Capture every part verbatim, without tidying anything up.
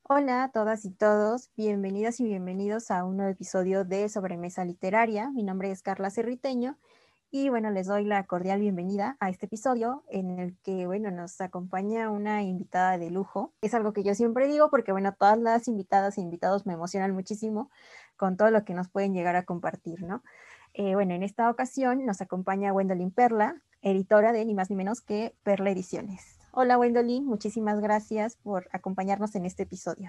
Hola a todas y todos, bienvenidas y bienvenidos a un nuevo episodio de Sobremesa Literaria. Mi nombre es Carla Cerriteño y bueno, les doy la cordial bienvenida a este episodio en el que bueno, nos acompaña una invitada de lujo. Es algo que yo siempre digo porque bueno, todas las invitadas e invitados me emocionan muchísimo con todo lo que nos pueden llegar a compartir, ¿no? Eh, bueno, en esta ocasión nos acompaña Gwendolyn Perla, editora de ni más ni menos que Perla Ediciones. Hola Gwendolyn, muchísimas gracias por acompañarnos en este episodio.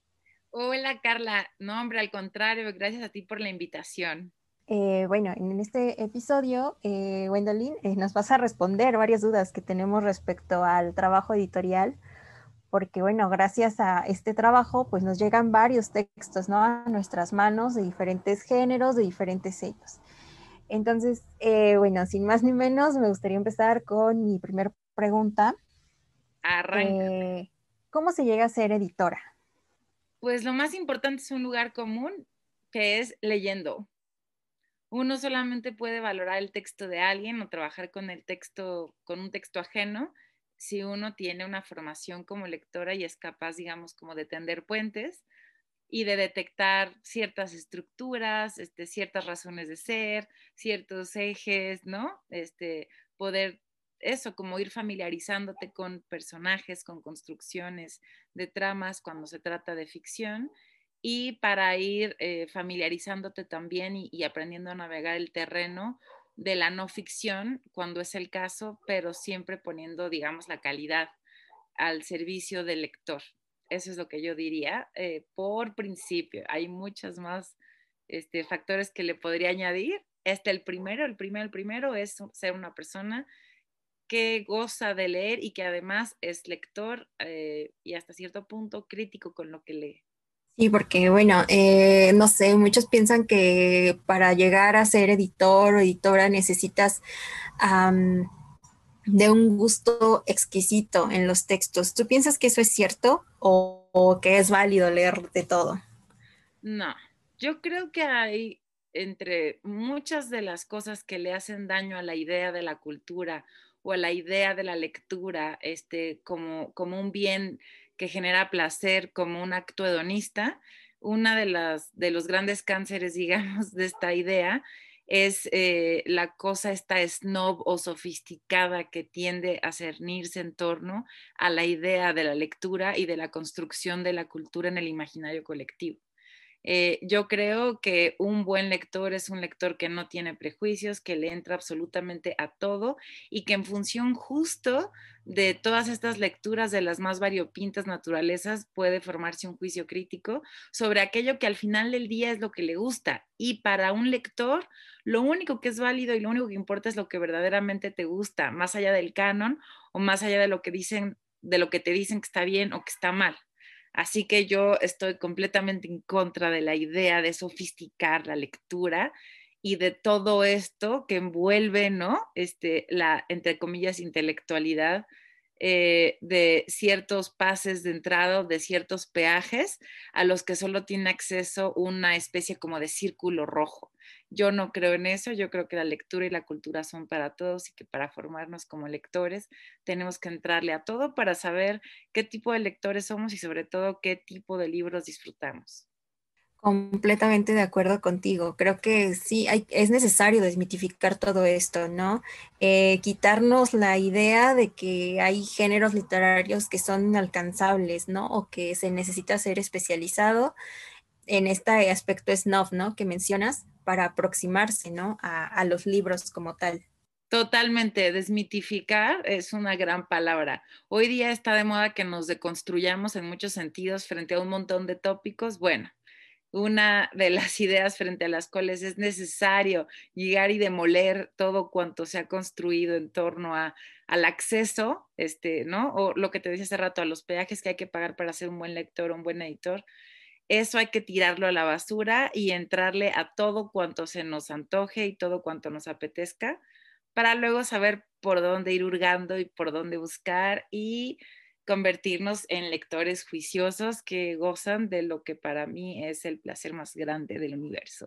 Hola Carla, no hombre, al contrario, gracias a ti por la invitación. Eh, bueno, en este episodio, eh, Gwendolyn, eh, nos vas a responder varias dudas que tenemos respecto al trabajo editorial, porque bueno, gracias a este trabajo, pues nos llegan varios textos, ¿no? A nuestras manos de diferentes géneros, de diferentes sellos. Entonces, eh, bueno, sin más ni menos, me gustaría empezar con mi primera pregunta. Arranca. Eh, ¿Cómo se llega a ser editora? Pues lo más importante es un lugar común que es leyendo. Uno solamente puede valorar el texto de alguien o trabajar con el texto, con un texto ajeno, si uno tiene una formación como lectora y es capaz, digamos, como de tender puentes y de detectar ciertas estructuras, este, ciertas razones de ser, ciertos ejes, ¿no? Este, poder eso, como ir familiarizándote con personajes, con construcciones de tramas cuando se trata de ficción y para ir eh, familiarizándote también y, y aprendiendo a navegar el terreno de la no ficción cuando es el caso, pero siempre poniendo, digamos, la calidad al servicio del lector. Eso es lo que yo diría eh, por principio. Hay muchos más este, factores que le podría añadir. Este, el primero, el primero, el primero es ser una persona que goza de leer y que además es lector eh, y hasta cierto punto crítico con lo que lee. Sí, porque bueno, eh, no sé, muchos piensan que para llegar a ser editor o editora necesitas um, de un gusto exquisito en los textos. ¿Tú piensas que eso es cierto o, o que es válido leer de todo? No, yo creo que hay entre muchas de las cosas que le hacen daño a la idea de la cultura o a la idea de la lectura, este, como, como un bien que genera placer, como un acto hedonista, una de las de los grandes cánceres, digamos, de esta idea es eh, la cosa esta snob o sofisticada que tiende a cernirse en torno a la idea de la lectura y de la construcción de la cultura en el imaginario colectivo. Eh, yo creo que un buen lector es un lector que no tiene prejuicios, que le entra absolutamente a todo y que en función justo de todas estas lecturas de las más variopintas naturalezas puede formarse un juicio crítico sobre aquello que al final del día es lo que le gusta. Y para un lector, lo único que es válido y lo único que importa es lo que verdaderamente te gusta, más allá del canon o más allá de lo que dicen, de lo que te dicen que está bien o que está mal. Así que yo estoy completamente en contra de la idea de sofisticar la lectura y de todo esto que envuelve, ¿no? Este, la, entre comillas, intelectualidad eh, de ciertos pases de entrada, de ciertos peajes a los que solo tiene acceso una especie como de círculo rojo. Yo no creo en eso, yo creo que la lectura y la cultura son para todos y que para formarnos como lectores tenemos que entrarle a todo para saber qué tipo de lectores somos y sobre todo qué tipo de libros disfrutamos. Completamente de acuerdo contigo. Creo que sí, hay, es necesario desmitificar todo esto, ¿no? Eh, quitarnos la idea de que hay géneros literarios que son inalcanzables, ¿no? O que se necesita ser especializado en este aspecto snob, ¿no? Que mencionas para aproximarse, ¿no? A, a los libros como tal. Totalmente, desmitificar es una gran palabra. Hoy día está de moda que nos deconstruyamos en muchos sentidos frente a un montón de tópicos. Bueno, una de las ideas frente a las cuales es necesario llegar y demoler todo cuanto se ha construido en torno a, al acceso, este, ¿no? O lo que te decía hace rato, a los peajes que hay que pagar para ser un buen lector o un buen editor. Eso hay que tirarlo a la basura y entrarle a todo cuanto se nos antoje y todo cuanto nos apetezca para luego saber por dónde ir hurgando y por dónde buscar y convertirnos en lectores juiciosos que gozan de lo que para mí es el placer más grande del universo.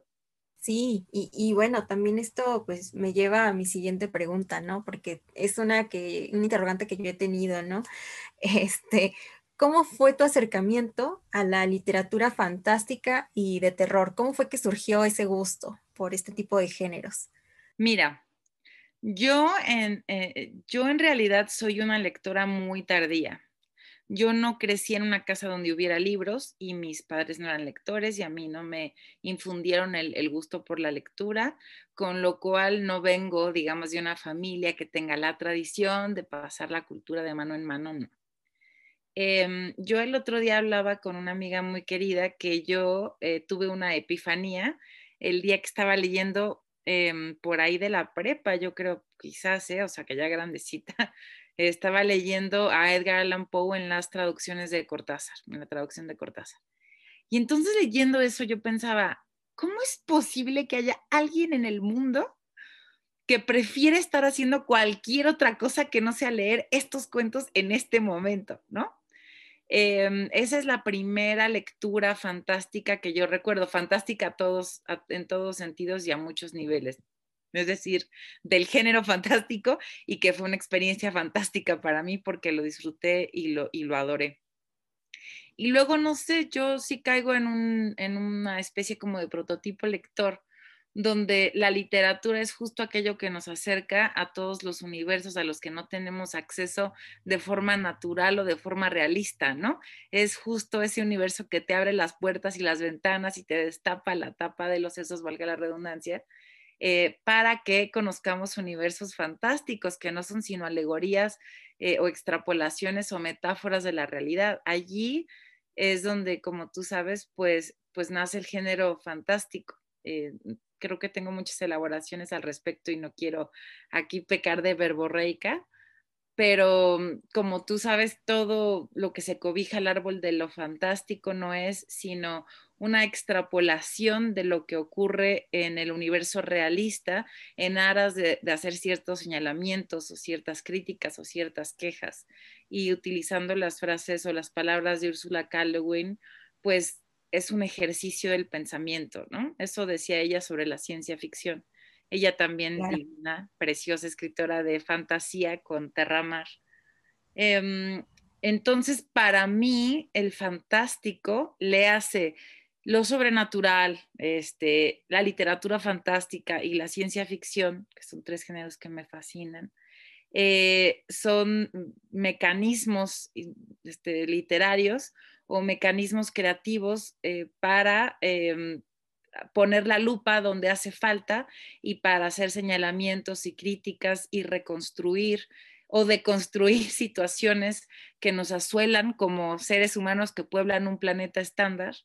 Sí, y, y bueno, también esto pues me lleva a mi siguiente pregunta, ¿no? Porque es una que, una interrogante que yo he tenido, ¿no? Este, ¿cómo fue tu acercamiento a la literatura fantástica y de terror? ¿Cómo fue que surgió ese gusto por este tipo de géneros? Mira, yo en, eh, yo en realidad soy una lectora muy tardía. Yo no crecí en una casa donde hubiera libros y mis padres no eran lectores y a mí no me infundieron el, el gusto por la lectura, con lo cual no vengo, digamos, de una familia que tenga la tradición de pasar la cultura de mano en mano, no. Em, yo el otro día hablaba con una amiga muy querida que yo eh, tuve una epifanía el día que estaba leyendo em, por ahí de la prepa, yo creo, quizás, eh, o sea, que ya grandecita, estaba leyendo a Edgar Allan Poe en las traducciones de Cortázar, en la traducción de Cortázar. Y entonces leyendo eso yo pensaba, ¿cómo es posible que haya alguien en el mundo que prefiere estar haciendo cualquier otra cosa que no sea leer estos cuentos en este momento, ¿no? Eh, esa es la primera lectura fantástica que yo recuerdo, fantástica a todos, a, en todos sentidos y a muchos niveles. Es decir, del género fantástico y que fue una experiencia fantástica para mí porque lo disfruté y lo, y lo adoré. Y luego, no sé, yo sí caigo en, un, en una especie como de prototipo lector, donde la literatura es justo aquello que nos acerca a todos los universos a los que no tenemos acceso de forma natural o de forma realista, ¿no? Es justo ese universo que te abre las puertas y las ventanas y te destapa la tapa de los sesos, valga la redundancia, eh, para que conozcamos universos fantásticos que no son sino alegorías eh, o extrapolaciones o metáforas de la realidad. Allí es donde, como tú sabes, pues, pues nace el género fantástico. Eh, creo que tengo muchas elaboraciones al respecto y no quiero aquí pecar de verborreica, pero como tú sabes, todo lo que se cobija al árbol de lo fantástico no es sino una extrapolación de lo que ocurre en el universo realista en aras de, de hacer ciertos señalamientos o ciertas críticas o ciertas quejas. Y utilizando las frases o las palabras de Ursula K. Le Guin, pues es un ejercicio del pensamiento, ¿no? Eso decía ella sobre la ciencia ficción. Ella también, Claro. divina, preciosa escritora de fantasía con Terramar. Eh, entonces, para mí, el fantástico le hace lo sobrenatural, este, la literatura fantástica y la ciencia ficción, que son tres géneros que me fascinan, eh, son mecanismos este, literarios o mecanismos creativos eh, para eh, poner la lupa donde hace falta y para hacer señalamientos y críticas y reconstruir o deconstruir situaciones que nos asuelan como seres humanos que pueblan un planeta estándar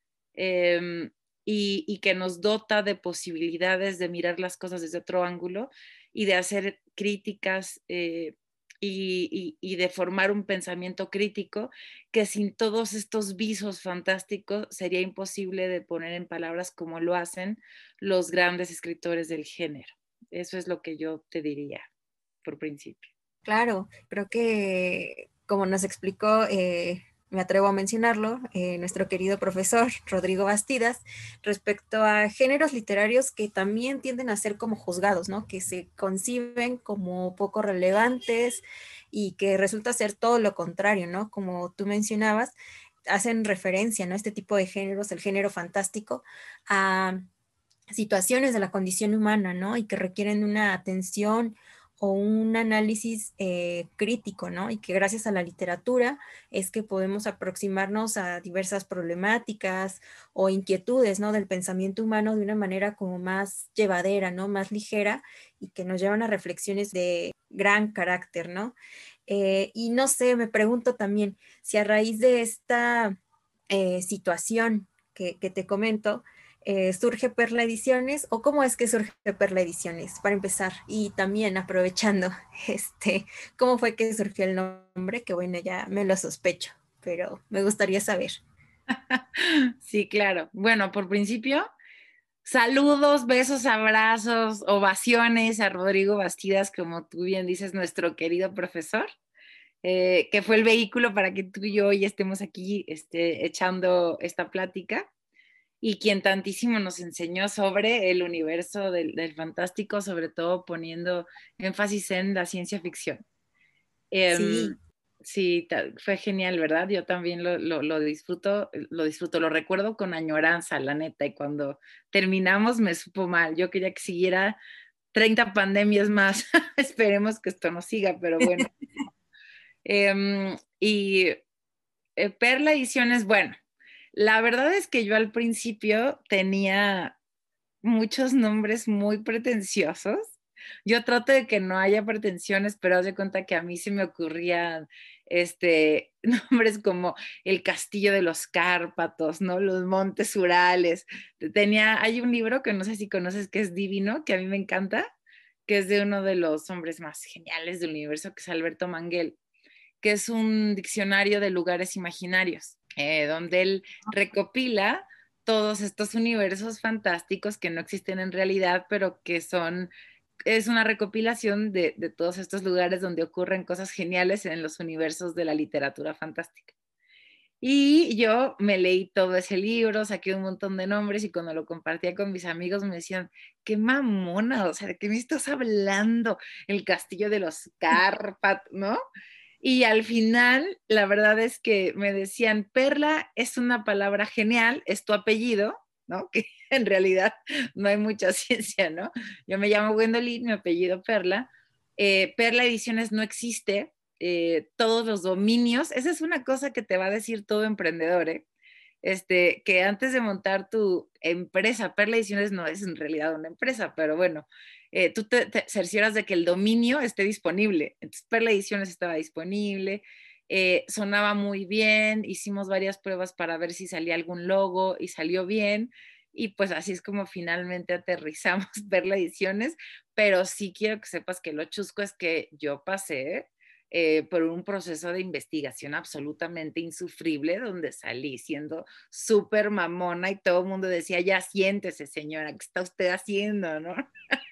eh, y, y, que nos dota de posibilidades de mirar las cosas desde otro ángulo y de hacer críticas eh, y, y, y, de formar un pensamiento crítico que sin todos estos visos fantásticos sería imposible de poner en palabras como lo hacen los grandes escritores del género. Eso es lo que yo te diría por principio. Claro, creo que como nos explicó, eh, me atrevo a mencionarlo, eh, nuestro querido profesor Rodrigo Bastidas, respecto a géneros literarios que también tienden a ser como juzgados, ¿no? Que se conciben como poco relevantes y que resulta ser todo lo contrario, ¿no? Como tú mencionabas, hacen referencia, ¿no? Este tipo de géneros, el género fantástico, a situaciones de la condición humana, ¿no? Y que requieren una atención o un análisis eh, crítico, ¿no? Y que gracias a la literatura es que podemos aproximarnos a diversas problemáticas o inquietudes, ¿no? Del pensamiento humano de una manera como más llevadera, ¿no? Más ligera y que nos llevan a reflexiones de gran carácter, ¿no? Eh, y no sé, me pregunto también si a raíz de esta eh, situación que, que te comento, eh, surge Perla Ediciones o cómo es que surge Perla Ediciones para empezar y también aprovechando este cómo fue que surgió el nombre, que bueno, ya me lo sospecho, pero me gustaría saber. Sí, claro. Bueno, por principio, saludos, besos, abrazos, ovaciones a Rodrigo Bastidas, como tú bien dices, nuestro querido profesor, eh, que fue el vehículo para que tú y yo hoy estemos aquí este, echando esta plática y quien tantísimo nos enseñó sobre el universo del, del fantástico, sobre todo poniendo énfasis en la ciencia ficción. Eh, Sí, Sí, ta- fue genial, ¿verdad? Yo también lo, lo, lo disfruto, lo disfruto, lo recuerdo con añoranza, la neta, y cuando terminamos me supo mal. Yo quería que siguiera treinta pandemias más. Esperemos que esto no siga, pero bueno. Em, y eh, Perla Ediciones, bueno, la verdad es que yo al principio tenía muchos nombres muy pretenciosos. Yo trato de que no haya pretensiones, pero haz de cuenta que a mí se me ocurrían este, nombres como el Castillo de los Cárpatos, ¿no? Los Montes Urales. Tenía, hay un libro que no sé si conoces que es divino, que a mí me encanta, que es de uno de los hombres más geniales del universo, que es Alberto Manguel, que es un diccionario de lugares imaginarios, eh, donde él recopila todos estos universos fantásticos que no existen en realidad, pero que son, es una recopilación de, de todos estos lugares donde ocurren cosas geniales en los universos de la literatura fantástica. Y yo me leí todo ese libro, saqué un montón de nombres y cuando lo compartía con mis amigos me decían, qué mamona, o sea, ¿de qué me estás hablando? El castillo de los Cárpatos, ¿no? Y al final, la verdad es que me decían, Perla es una palabra genial, es tu apellido, ¿no? Que en realidad no hay mucha ciencia, ¿no? Yo me llamo Gwendolyn, mi apellido Perla. Eh, Perla Ediciones no existe, eh, todos los dominios, esa es una cosa que te va a decir todo emprendedor, ¿eh? Este, que antes de montar tu empresa, Perla Ediciones no es en realidad una empresa, pero bueno, eh, tú te, te, cercioras de que el dominio esté disponible. Entonces, Perla Ediciones estaba disponible, eh, sonaba muy bien, hicimos varias pruebas para ver si salía algún logo y salió bien. Y pues así es como finalmente aterrizamos Perla Ediciones, pero sí quiero que sepas que lo chusco es que yo pasé eh, por un proceso de investigación absolutamente insufrible, donde salí siendo súper mamona y todo el mundo decía, ya siéntese señora, ¿qué está usted haciendo? ¿No?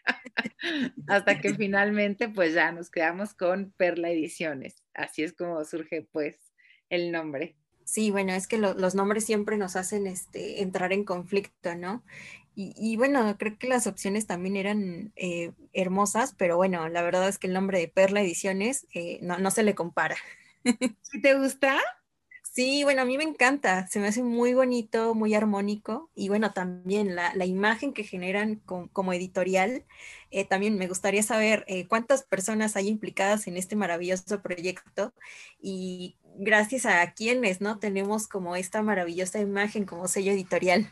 Hasta que finalmente pues ya nos quedamos con Perla Ediciones. Así es como surge pues el nombre. Sí, bueno, es que lo- los nombres siempre nos hacen este, entrar en conflicto, ¿no? Y, y bueno, creo que las opciones también eran eh, hermosas, pero bueno, la verdad es que el nombre de Perla Ediciones eh, no, no se le compara. ¿Sí te gusta? Sí, bueno, a mí me encanta, se me hace muy bonito, muy armónico y bueno, también la, la imagen que generan com- como editorial, eh, también me gustaría saber eh, cuántas personas hay implicadas en este maravilloso proyecto y gracias a quienes, ¿no? Tenemos como esta maravillosa imagen como sello editorial.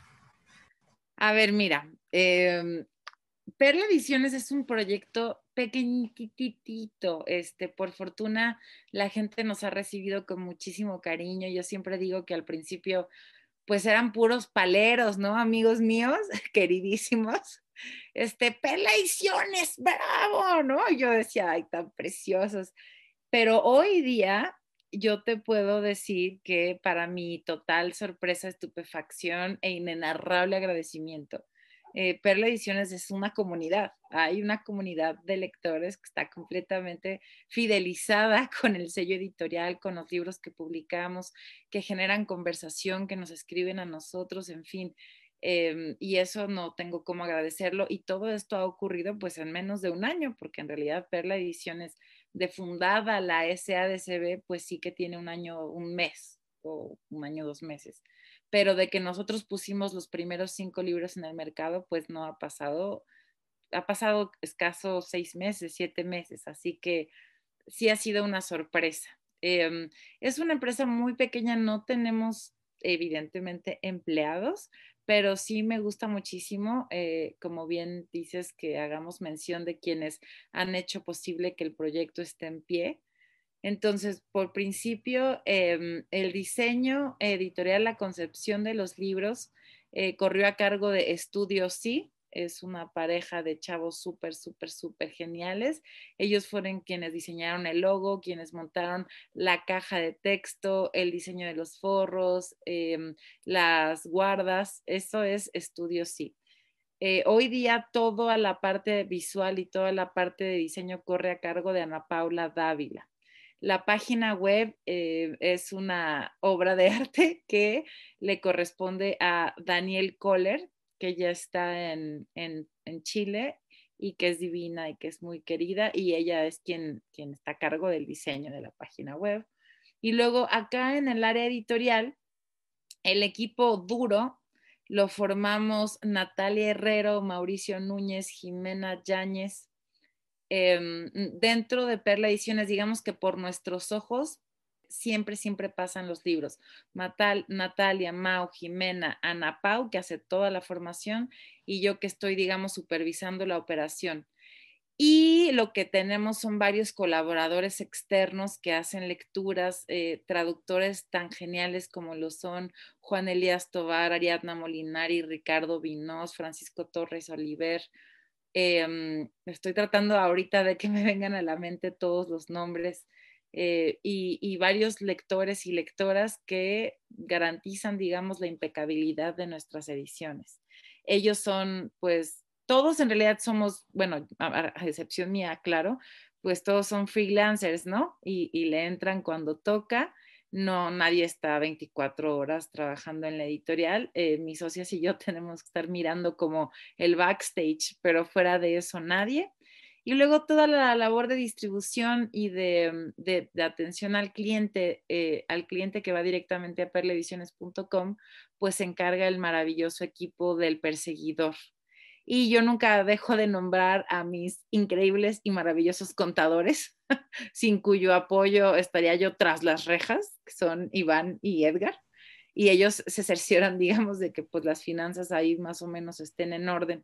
A ver, mira, eh, Perla Ediciones es un proyecto pequeñititito. Este, por fortuna, la gente nos ha recibido con muchísimo cariño. Yo siempre digo que al principio, pues eran puros paleros, ¿no? Amigos míos, queridísimos. Este, Perla Ediciones, bravo, ¿no? Y yo decía, ay, tan preciosos. Pero hoy día yo te puedo decir que para mi total sorpresa, estupefacción e inenarrable agradecimiento, eh, Perla Ediciones es una comunidad. Hay una comunidad de lectores que está completamente fidelizada con el sello editorial, con los libros que publicamos, que generan conversación, que nos escriben a nosotros, en fin. Eh, y eso no tengo cómo agradecerlo. Y todo esto ha ocurrido pues en menos de un año, porque en realidad Perla Ediciones de fundada la S A D C B, pues sí que tiene un año, un mes o un año, dos meses. Pero de que nosotros pusimos los primeros cinco libros en el mercado, pues no ha pasado, ha pasado escaso seis meses, siete meses, así que sí ha sido una sorpresa. Eh, es una empresa muy pequeña, no tenemos evidentemente empleados, pero sí me gusta muchísimo, eh, como bien dices, que hagamos mención de quienes han hecho posible que el proyecto esté en pie. Entonces, por principio, eh, el diseño editorial, la concepción de los libros eh, corrió a cargo de Estudio Sí, es una pareja de chavos súper, súper, súper geniales. Ellos fueron quienes diseñaron el logo, quienes montaron la caja de texto, el diseño de los forros, eh, las guardas. Eso es Estudio Sí. Eh, hoy día toda la parte visual y toda la parte de diseño corre a cargo de Ana Paula Dávila. La página web eh, es una obra de arte que le corresponde a Daniel Kohler, que ya está en, en, en Chile y que es divina y que es muy querida y ella es quien, quien está a cargo del diseño de la página web. Y luego acá en el área editorial, el equipo duro lo formamos Natalia Herrero, Mauricio Núñez, Jimena Yáñez. Eh, dentro de Perla Ediciones, digamos que por nuestros ojos, siempre, siempre pasan los libros. Natal, Natalia, Mau, Jimena, Ana Pau, que hace toda la formación, y yo que estoy, digamos, supervisando la operación. Y lo que tenemos son varios colaboradores externos que hacen lecturas, eh, traductores tan geniales como lo son Juan Elías Tovar, Ariadna Molinari, Ricardo Vinós, Francisco Torres Oliver. Eh, estoy tratando ahorita de que me vengan a la mente todos los nombres, eh, y, y varios lectores y lectoras que garantizan, digamos, la impecabilidad de nuestras ediciones. Ellos son, pues, todos en realidad somos, bueno, a, a excepción mía, claro, pues todos son freelancers, ¿no? Y, y le entran cuando toca. No, nadie está veinticuatro horas trabajando en la editorial. Eh, mis socias y yo tenemos que estar mirando como el backstage, pero fuera de eso nadie. Y luego toda la labor de distribución y de, de, de atención al cliente, eh, al cliente que va directamente a perla ediciones punto com, pues se encarga el maravilloso equipo del Perseguidor. Y yo nunca dejo de nombrar a mis increíbles y maravillosos contadores, sin cuyo apoyo estaría yo tras las rejas, que son Iván y Edgar. Y ellos se cercioran, digamos, de que pues las finanzas ahí más o menos estén en orden.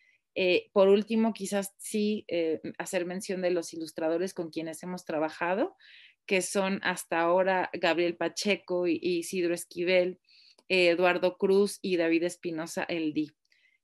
Eh, por último, quizás sí eh, hacer mención de los ilustradores con quienes hemos trabajado, que son hasta ahora Gabriel Pacheco y, y Isidro Esquivel, eh, Eduardo Cruz y David Espinosa El Di.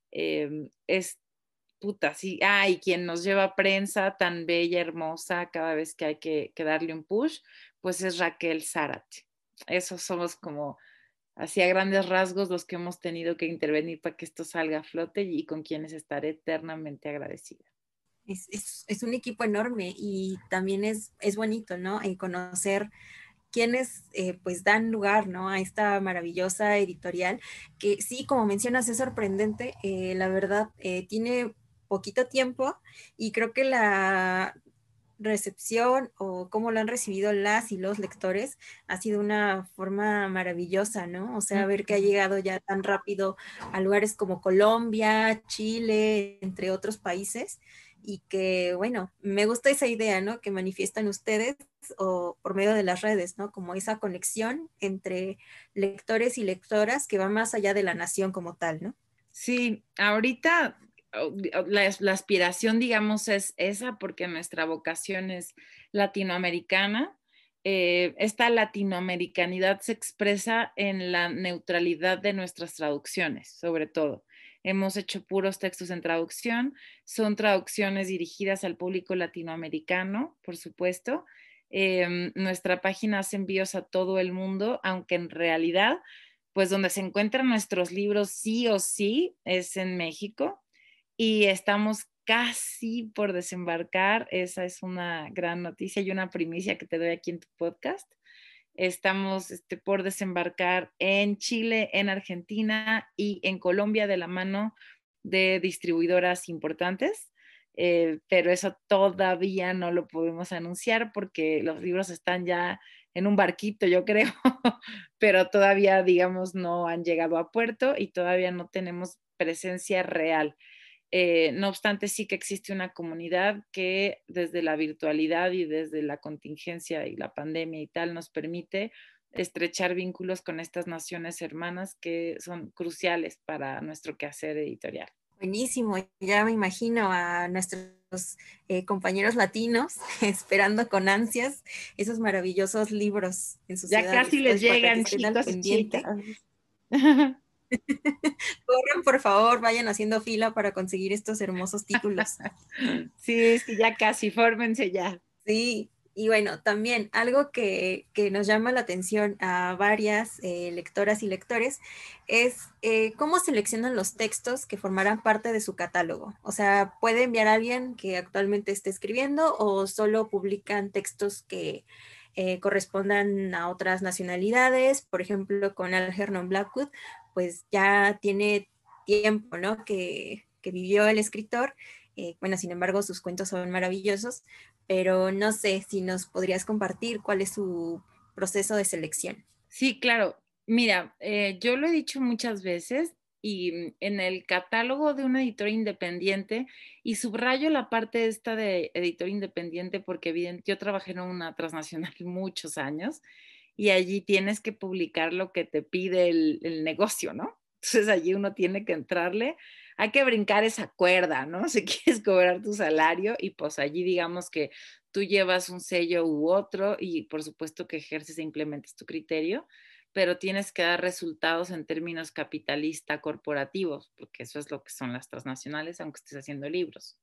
Eh, es puta, sí, ah, y quien nos lleva prensa tan bella, hermosa, cada vez que hay que, que darle un push, pues es Raquel Zárate. Esos somos como, así a grandes rasgos, los que hemos tenido que intervenir para que esto salga a flote y con quienes estaré eternamente agradecida. Es, es, es un equipo enorme y también es, es bonito, ¿no? En conocer quienes eh, pues dan lugar, ¿no? A esta maravillosa editorial que sí, como mencionas, es sorprendente. Eh, la verdad, eh, tiene poquito tiempo y creo que la recepción o cómo lo han recibido las y los lectores ha sido una forma maravillosa, ¿no? O sea, ver que ha llegado ya tan rápido a lugares como Colombia, Chile, entre otros países, y que, bueno, me gusta esa idea, ¿no? Que manifiestan ustedes o por medio de las redes, ¿no? Como esa conexión entre lectores y lectoras que va más allá de la nación como tal, ¿no? Sí, ahorita la, la aspiración, digamos, es esa porque nuestra vocación es latinoamericana. Eh, esta latinoamericanidad se expresa en la neutralidad de nuestras traducciones, sobre todo. Hemos hecho puros textos en traducción, son traducciones dirigidas al público latinoamericano, por supuesto. Eh, nuestra página hace envíos a todo el mundo, aunque en realidad pues donde se encuentran nuestros libros sí o sí es en México y estamos casi por desembarcar. Esa es una gran noticia y una primicia que te doy aquí en tu podcast. Estamos este, por desembarcar en Chile, en Argentina y en Colombia de la mano de distribuidoras importantes. Eh, pero eso todavía no lo podemos anunciar porque los libros están ya en un barquito, yo creo, pero todavía, digamos, no han llegado a puerto y todavía no tenemos presencia real. Eh, no obstante, sí que existe una comunidad que desde la virtualidad y desde la contingencia y la pandemia y tal nos permite estrechar vínculos con estas naciones hermanas que son cruciales para nuestro quehacer editorial. Buenísimo, ya me imagino a nuestros eh, compañeros latinos esperando con ansias esos maravillosos libros en sus Ya casi ciudades, les pues para que llegan, estén al chicos y chicas. pendiente. Corran, por favor, vayan haciendo fila para conseguir estos hermosos títulos. Sí, sí, ya casi, fórmense ya. Sí, y bueno, también algo que, que nos llama la atención a varias eh, lectoras y lectores es eh, cómo seleccionan los textos que formarán parte de su catálogo. O sea, ¿puede enviar a alguien que actualmente esté escribiendo o solo publican textos que eh, correspondan a otras nacionalidades? Por ejemplo, con Algernon Blackwood, pues ya tiene tiempo, ¿no? Que, que vivió el escritor. Eh, bueno, sin embargo, sus cuentos son maravillosos, pero no sé si nos podrías compartir cuál es su proceso de selección? Sí, claro. Mira, eh, yo lo he dicho muchas veces y en el catálogo de un editor independiente, y subrayo la parte esta de editor independiente porque evidente, yo trabajé en una transnacional muchos años y allí tienes que publicar lo que te pide el, el negocio, ¿no? Entonces allí uno tiene que entrarle, hay que brincar esa cuerda, ¿no? Si quieres cobrar tu salario y pues allí digamos que tú llevas un sello u otro y por supuesto que ejerces e implementas tu criterio, pero tienes que dar resultados en términos capitalista corporativos, porque eso es lo que son las transnacionales, aunque estés haciendo libros.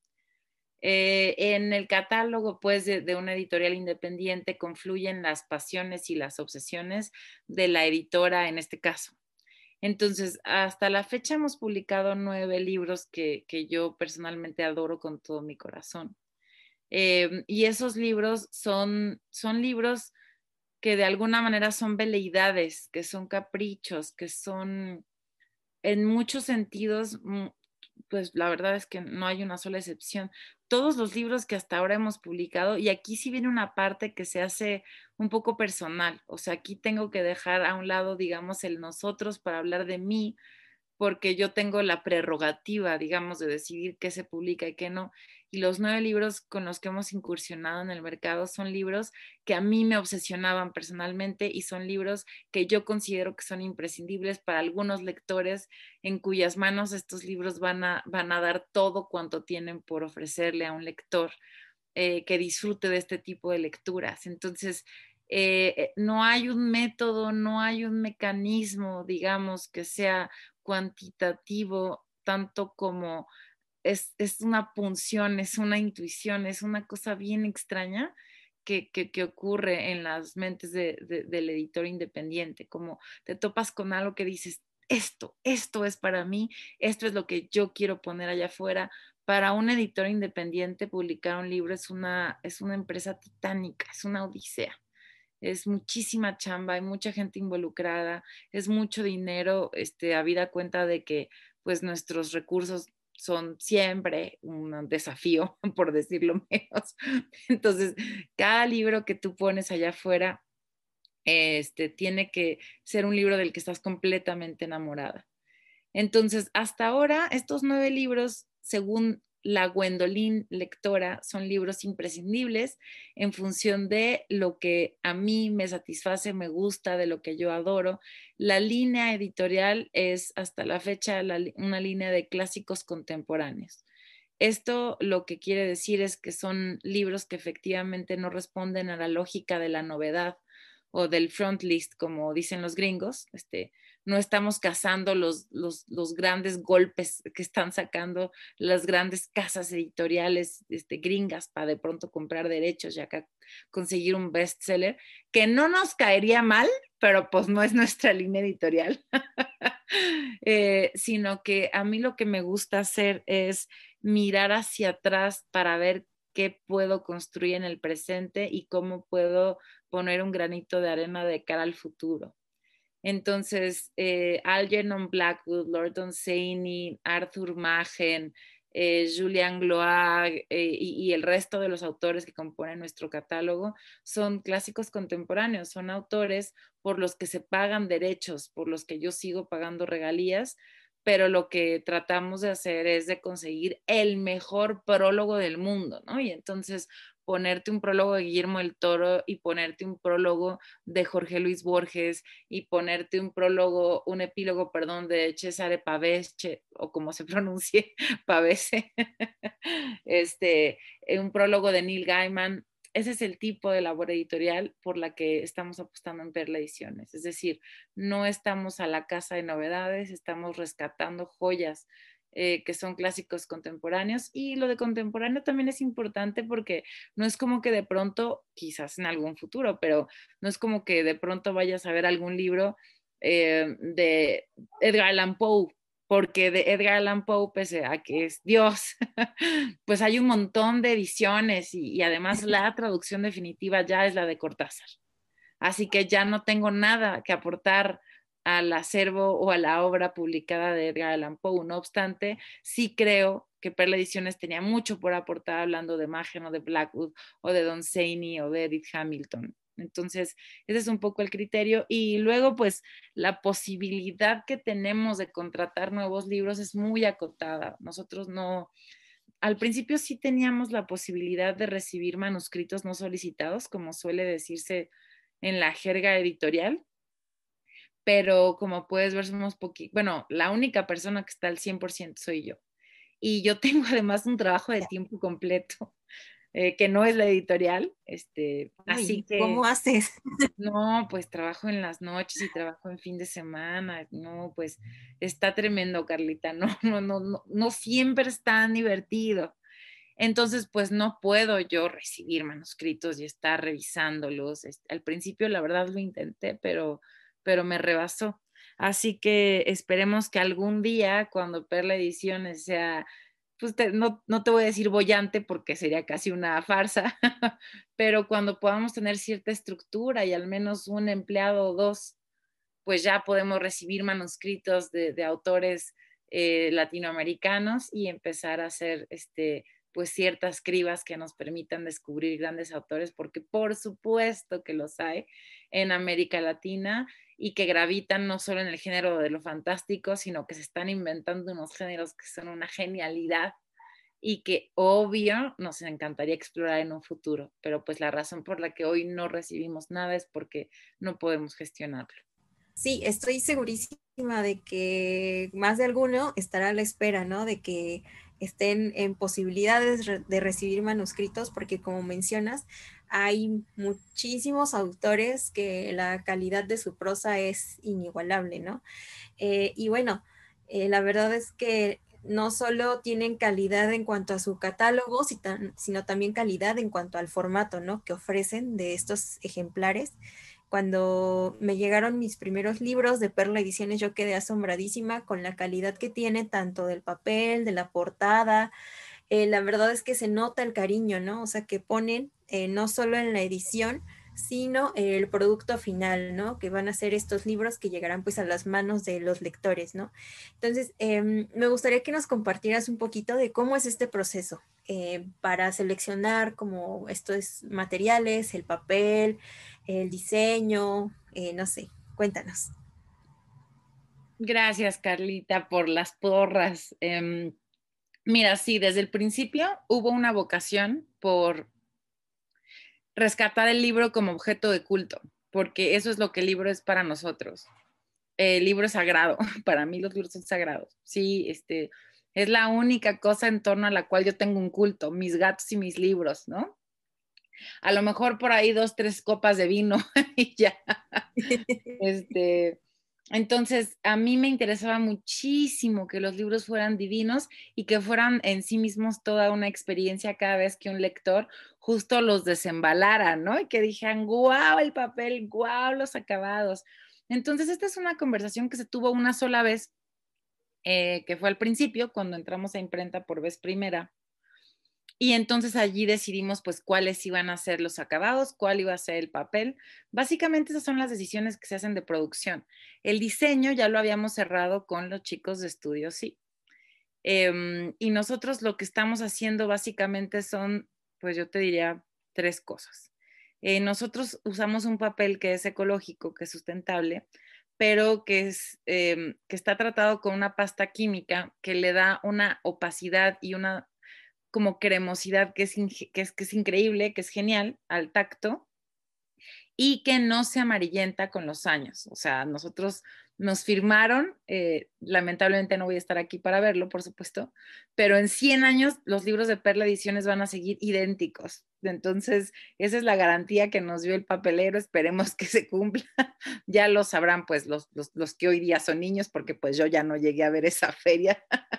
Eh, en el catálogo, pues, de, de una editorial independiente confluyen las pasiones y las obsesiones de la editora en este caso. Entonces, hasta la fecha hemos publicado nueve libros que, que yo personalmente adoro con todo mi corazón. Eh, y esos libros son, son libros que de alguna manera son veleidades, que son caprichos, que son en muchos sentidos, mm, pues la verdad es que no hay una sola excepción. Todos los libros que hasta ahora hemos publicado, y aquí sí viene una parte que se hace un poco personal, o sea, aquí tengo que dejar a un lado, digamos, el nosotros para hablar de mí, porque yo tengo la prerrogativa, digamos, de decidir qué se publica y qué no. Y los nueve libros con los que hemos incursionado en el mercado son libros que a mí me obsesionaban personalmente y son libros que yo considero que son imprescindibles para algunos lectores en cuyas manos estos libros van a, van a dar todo cuanto tienen por ofrecerle a un lector eh, que disfrute de este tipo de lecturas. Entonces, eh, no hay un método, no hay un mecanismo, digamos, que sea cuantitativo, tanto como es, es una punción, es una intuición, es una cosa bien extraña que, que, que ocurre en las mentes de, de, del editor independiente, como te topas con algo que dices, esto, esto es para mí, esto es lo que yo quiero poner allá afuera. Para un editor independiente, publicar un libro es una, es una empresa titánica, es una odisea. Es muchísima chamba, hay mucha gente involucrada, es mucho dinero, este, habida cuenta de que pues nuestros recursos son siempre un desafío, por decirlo menos. Entonces, cada libro que tú pones allá afuera, este, tiene que ser un libro del que estás completamente enamorada. Entonces, hasta ahora, estos nueve libros, según la Gwendolyn lectora, son libros imprescindibles en función de lo que a mí me satisface, me gusta, de lo que yo adoro. La línea editorial es hasta la fecha la, una línea de clásicos contemporáneos. Esto lo que quiere decir es que son libros que efectivamente no responden a la lógica de la novedad o del front list, como dicen los gringos. Este, no estamos cazando los, los, los grandes golpes que están sacando las grandes casas editoriales este, gringas para de pronto comprar derechos y acá conseguir un bestseller, que no nos caería mal, pero pues no es nuestra línea editorial, eh, sino que a mí lo que me gusta hacer es mirar hacia atrás para ver qué puedo construir en el presente y cómo puedo poner un granito de arena de cara al futuro. Entonces, eh, Algernon Blackwood, Lord Seiney, Arthur Machen, eh, Julian Gloag eh, y, y el resto de los autores que componen nuestro catálogo son clásicos contemporáneos, son autores por los que se pagan derechos, por los que yo sigo pagando regalías, pero lo que tratamos de hacer es de conseguir el mejor prólogo del mundo, ¿no? Y entonces ponerte un prólogo de Guillermo del Toro y ponerte un prólogo de Jorge Luis Borges y ponerte un prólogo, un epílogo, perdón, de Cesare Pavese, o como se pronuncie, Pavese, este, un prólogo de Neil Gaiman. Ese es el tipo de labor editorial por la que estamos apostando en Perla Ediciones. Es decir, no estamos a la caza de novedades, estamos rescatando joyas eh, que son clásicos contemporáneos. Y lo de contemporáneo también es importante porque no es como que de pronto, quizás en algún futuro, pero no es como que de pronto vayas a ver algún libro eh, de Edgar Allan Poe, porque de Edgar Allan Poe, pese a que es Dios, pues hay un montón de ediciones y, y además la traducción definitiva ya es la de Cortázar. Así que ya no tengo nada que aportar al acervo o a la obra publicada de Edgar Allan Poe. No obstante, sí creo que Perla Ediciones tenía mucho por aportar hablando de Machen o de Blackwood o de Don Seiney o de Edith Hamilton. Entonces, ese es un poco el criterio. Y luego, pues, la posibilidad que tenemos de contratar nuevos libros es muy acotada. Nosotros no, al principio sí teníamos la posibilidad de recibir manuscritos no solicitados, como suele decirse en la jerga editorial, pero como puedes ver, somos poquitos. Bueno, la única persona que está al cien por ciento soy yo. Y yo tengo además un trabajo de tiempo completo, eh, que no es la editorial, este, así Uy, ¿cómo que haces? no, pues trabajo en las noches y trabajo en fin de semana. No, pues está tremendo, Carlita. No, no, no, no, no siempre es tan divertido. Entonces, pues no puedo yo recibir manuscritos y estar revisándolos. Este, al principio, la verdad, lo intenté, pero, pero me rebasó. Así que esperemos que algún día, cuando Perla Ediciones sea, pues te- no, no te voy a decir boyante porque sería casi una farsa, pero cuando podamos tener cierta estructura y al menos un empleado o dos, pues ya podemos recibir manuscritos de, de autores eh, latinoamericanos y empezar a hacer este, pues ciertas cribas que nos permitan descubrir grandes autores, porque por supuesto que los hay en América Latina y que gravitan no solo en el género de lo fantástico, sino que se están inventando unos géneros que son una genialidad y que obvio nos encantaría explorar en un futuro, pero pues la razón por la que hoy no recibimos nada es porque no podemos gestionarlo. Sí, estoy segurísima de que más de alguno estará a la espera, ¿no? De que estén en posibilidades re- de recibir manuscritos, porque como mencionas, hay muchísimos autores que la calidad de su prosa es inigualable, ¿no? Eh, y bueno, eh, la verdad es que no solo tienen calidad en cuanto a su catálogo, si tan- sino también calidad en cuanto al formato, ¿no? Que ofrecen de estos ejemplares. Cuando me llegaron mis primeros libros de Perla Ediciones, yo quedé asombradísima con la calidad que tiene tanto del papel, de la portada. Eh, la verdad es que se nota el cariño, ¿no? O sea, que ponen eh, no solo en la edición, sino el producto final, ¿no? Que van a ser estos libros que llegarán pues a las manos de los lectores, ¿no? Entonces, eh, me gustaría que nos compartieras un poquito de cómo es este proceso eh, para seleccionar como estos materiales, el papel, el diseño, eh, no sé, cuéntanos. Gracias, Carlita, por las porras. Eh, mira, sí, desde el principio hubo una vocación por rescatar el libro como objeto de culto, porque eso es lo que el libro es para nosotros. El libro es sagrado, para mí los libros son sagrados. Sí, este, es la única cosa en torno a la cual yo tengo un culto, mis gatos y mis libros, ¿no? A lo mejor por ahí dos, tres copas de vino y ya. Este, entonces, a mí me interesaba muchísimo que los libros fueran divinos y que fueran en sí mismos toda una experiencia cada vez que un lector justo los desembalara, ¿no? Y que dijeran, guau, el papel, guau, los acabados. Entonces, esta es una conversación que se tuvo una sola vez, eh, que fue al principio, cuando entramos a imprenta por vez primera. Y entonces allí decidimos pues cuáles iban a ser los acabados, cuál iba a ser el papel. Básicamente esas son las decisiones que se hacen de producción. El diseño ya lo habíamos cerrado con los chicos de estudio, sí. Eh, y nosotros lo que estamos haciendo básicamente son, pues yo te diría, tres cosas. Eh, nosotros usamos un papel que es ecológico, que es sustentable, pero que, es, eh, que está tratado con una pasta química que le da una opacidad y una como cremosidad que es, que es, que es increíble, que es genial al tacto y que no se amarillenta con los años. O sea, nosotros nos firmaron, eh, lamentablemente no voy a estar aquí para verlo, por supuesto, pero en cien años los libros de Perla Ediciones van a seguir idénticos. Entonces, esa es la garantía que nos dio el papelero, esperemos que se cumpla. Ya lo sabrán pues los, los, los que hoy día son niños, porque pues yo ya no llegué a ver esa feria.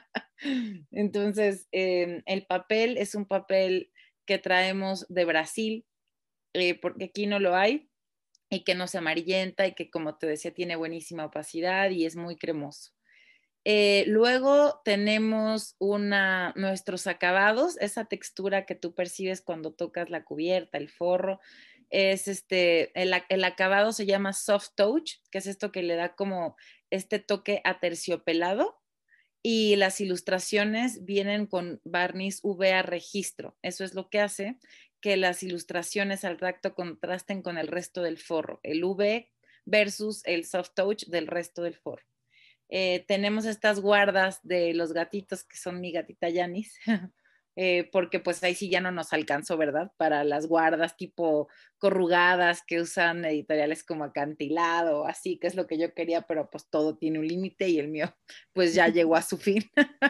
Entonces, eh, el papel es un papel que traemos de Brasil, eh, porque aquí no lo hay, y que no se amarillenta y que, como te decía, tiene buenísima opacidad y es muy cremoso. Eh, luego tenemos una, nuestros acabados, esa textura que tú percibes cuando tocas la cubierta, el forro, es este, el, el acabado se llama soft touch, que es esto que le da como este toque aterciopelado, y las ilustraciones vienen con barniz U V a registro. Eso es lo que hace que las ilustraciones al tacto contrasten con el resto del forro, el V versus el soft touch del resto del forro. Eh, tenemos estas guardas de los gatitos, que son mi gatita Yanis, eh, porque pues ahí sí ya no nos alcanzó, ¿verdad? Para las guardas tipo corrugadas que usan editoriales como Acantilado, así, que es lo que yo quería, pero pues todo tiene un límite y el mío pues ya llegó a su fin.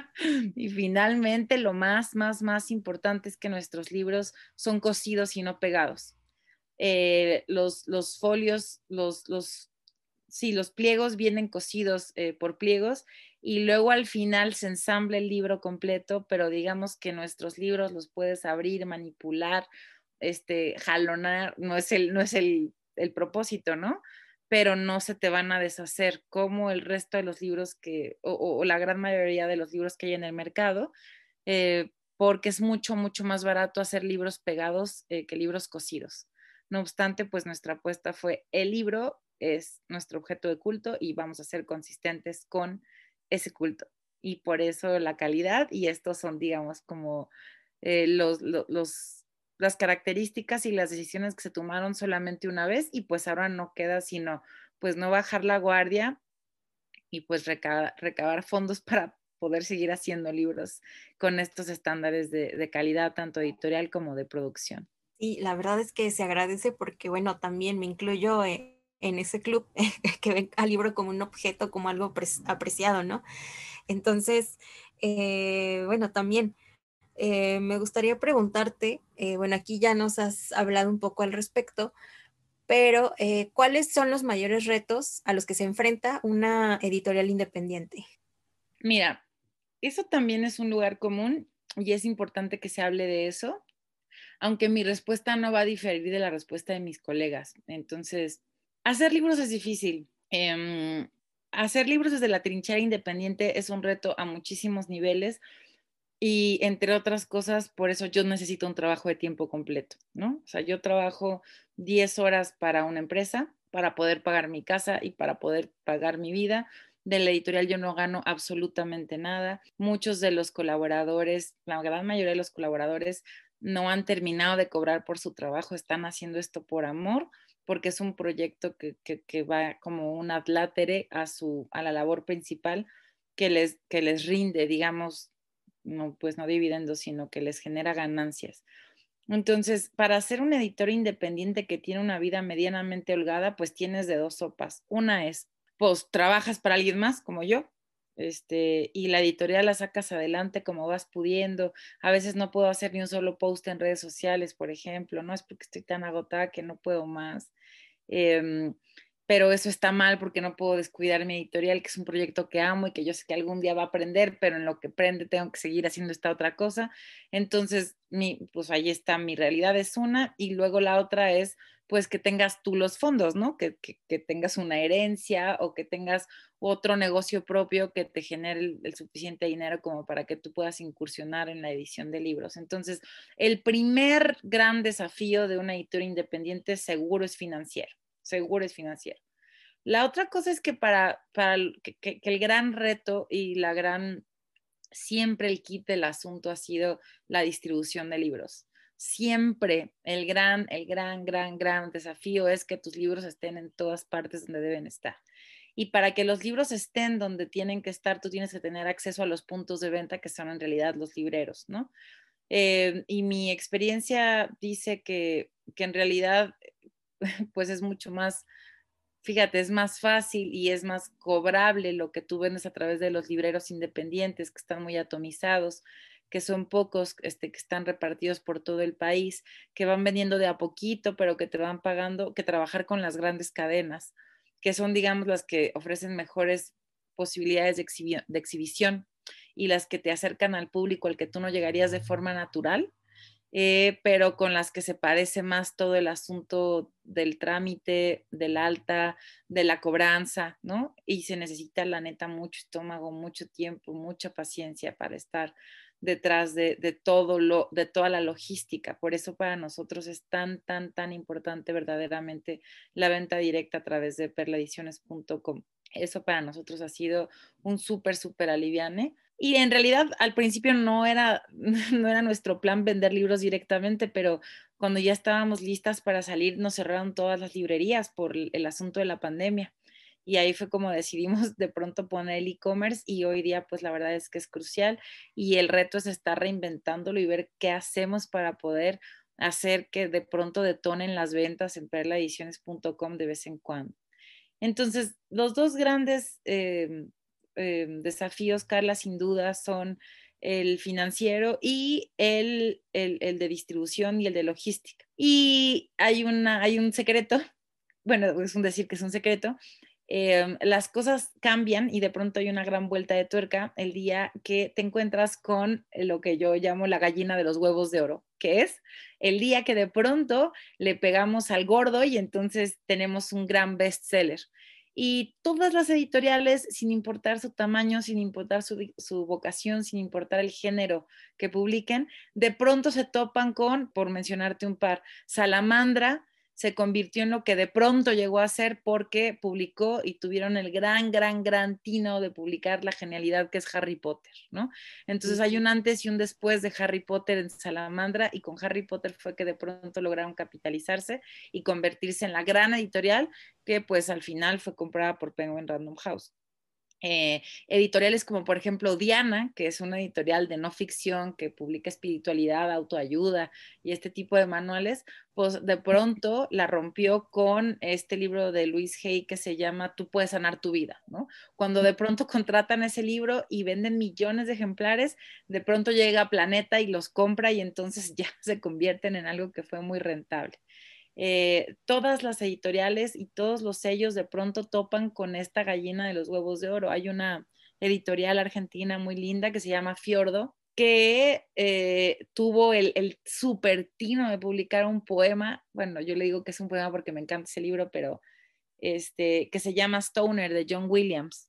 Y finalmente lo más, más, más importante es que nuestros libros son cosidos y no pegados. Eh, los, los folios, los, los sí, los pliegos vienen cosidos eh, por pliegos y luego al final se ensambla el libro completo, pero digamos que nuestros libros los puedes abrir, manipular, este, jalonar, no es el, no es el, el propósito, ¿no? Pero no se te van a deshacer como el resto de los libros que, o, o la gran mayoría de los libros que hay en el mercado, eh, porque es mucho, mucho más barato hacer libros pegados eh, que libros cosidos. No obstante, pues nuestra apuesta fue el libro es nuestro objeto de culto y vamos a ser consistentes con ese culto. Y por eso la calidad y estos son, digamos, como eh, los, los, los, las características y las decisiones que se tomaron solamente una vez y pues ahora no queda sino pues no bajar la guardia y pues recabar, recabar fondos para poder seguir haciendo libros con estos estándares de, de calidad, tanto editorial como de producción. Y la verdad es que se agradece porque, bueno, también me incluyo eh, en ese club que ve al libro como un objeto, como algo apreciado, ¿no? Entonces, eh, bueno, también eh, me gustaría preguntarte, eh, bueno, aquí ya nos has hablado un poco al respecto, pero eh, ¿cuáles son los mayores retos a los que se enfrenta una editorial independiente? Mira, eso también es un lugar común y es importante que se hable de eso, aunque mi respuesta no va a diferir de la respuesta de mis colegas. Entonces, hacer libros es difícil. Eh, hacer libros desde la trinchera independiente es un reto a muchísimos niveles y entre otras cosas, por eso yo necesito un trabajo de tiempo completo, ¿no? O sea, yo trabajo diez horas para una empresa para poder pagar mi casa y para poder pagar mi vida. De la editorial yo no gano absolutamente nada. Muchos de los colaboradores, la gran mayoría de los colaboradores no han terminado de cobrar por su trabajo, están haciendo esto por amor, porque es un proyecto que, que, que va como un adlátere a, su, a la labor principal que les, que les rinde, digamos, no, pues no dividendos, sino que les genera ganancias. Entonces, para ser un editor independiente que tiene una vida medianamente holgada, pues tienes de dos sopas. Una es, pues trabajas para alguien más, como yo, este, y la editorial la sacas adelante como vas pudiendo. A veces no puedo hacer ni un solo post en redes sociales, por ejemplo, no es porque estoy tan agotada que no puedo más. Eh, pero eso está mal porque no puedo descuidar mi editorial, que es un proyecto que amo y que yo sé que algún día va a aprender, pero en lo que prende tengo que seguir haciendo esta otra cosa. Entonces, mi, pues ahí está, mi realidad es una y luego la otra es pues que tengas tú los fondos, ¿no? Que, que, que tengas una herencia o que tengas otro negocio propio que te genere el, el suficiente dinero como para que tú puedas incursionar en la edición de libros. Entonces, el primer gran desafío de una editora independiente seguro es financiero, seguro es financiero. La otra cosa es que para, para que, que, que el gran reto y la gran, siempre el kit del asunto ha sido la distribución de libros. Siempre el gran, el gran, gran, gran desafío es que tus libros estén en todas partes donde deben estar. Y para que los libros estén donde tienen que estar, tú tienes que tener acceso a los puntos de venta que son en realidad los libreros, ¿no? Eh, y mi experiencia dice que, que en realidad pues es mucho más, fíjate, es más fácil y es más cobrable lo que tú vendes a través de los libreros independientes que están muy atomizados, que son pocos, este, que están repartidos por todo el país, que van vendiendo de a poquito, pero que te van pagando, que trabajar con las grandes cadenas, que son, digamos, las que ofrecen mejores posibilidades de, exhibi de exhibición y las que te acercan al público al que tú no llegarías de forma natural, eh, pero con las que se parece más todo el asunto del trámite, del alta, de la cobranza, ¿no? Y se necesita, la neta, mucho estómago, mucho tiempo, mucha paciencia para estar detrás de, de todo lo, de toda la logística. Por eso para nosotros es tan, tan, tan importante verdaderamente la venta directa a través de perla ediciones punto com. Eso para nosotros ha sido un súper, súper aliviane. Y en realidad al principio no era, no era nuestro plan vender libros directamente, pero cuando ya estábamos listas para salir, nos cerraron todas las librerías por el, el asunto de la pandemia. Y ahí fue como decidimos de pronto poner el e-commerce y hoy día pues la verdad es que es crucial y el reto es estar reinventándolo y ver qué hacemos para poder hacer que de pronto detonen las ventas en perla ediciones punto com de vez en cuando. Entonces, los dos grandes eh, eh, desafíos, Carla, sin duda son el financiero y el, el, el, de distribución y el de logística. Y hay, una, hay un secreto, bueno, es un decir que es un secreto, eh, las cosas cambian y de pronto hay una gran vuelta de tuerca el día que te encuentras con lo que yo llamo la gallina de los huevos de oro, que es el día que de pronto le pegamos al gordo y entonces tenemos un gran bestseller. Y todas las editoriales, sin importar su tamaño, sin importar su, su vocación, sin importar el género que publiquen, de pronto se topan con, por mencionarte un par, Salamandra, se convirtió en lo que de pronto llegó a ser porque publicó y tuvieron el gran, gran, gran tino de publicar la genialidad que es Harry Potter, ¿no? Entonces hay un antes y un después de Harry Potter en Salamandra y con Harry Potter fue que de pronto lograron capitalizarse y convertirse en la gran editorial que pues al final fue comprada por Penguin Random House. Eh, editoriales como por ejemplo Diana, que es una editorial de no ficción que publica espiritualidad, autoayuda y este tipo de manuales, pues de pronto la rompió con este libro de Louise Hay que se llama Tú puedes sanar tu vida, ¿no? Cuando de pronto contratan ese libro y venden millones de ejemplares, de pronto llega Planeta y los compra y entonces ya se convierten en algo que fue muy rentable. Eh, todas las editoriales y todos los sellos de pronto topan con esta gallina de los huevos de oro. Hay una editorial argentina muy linda que se llama Fiordo, que eh, tuvo el, el super tino de publicar un poema, bueno, yo le digo que es un poema porque me encanta ese libro, pero este, que se llama Stoner de John Williams.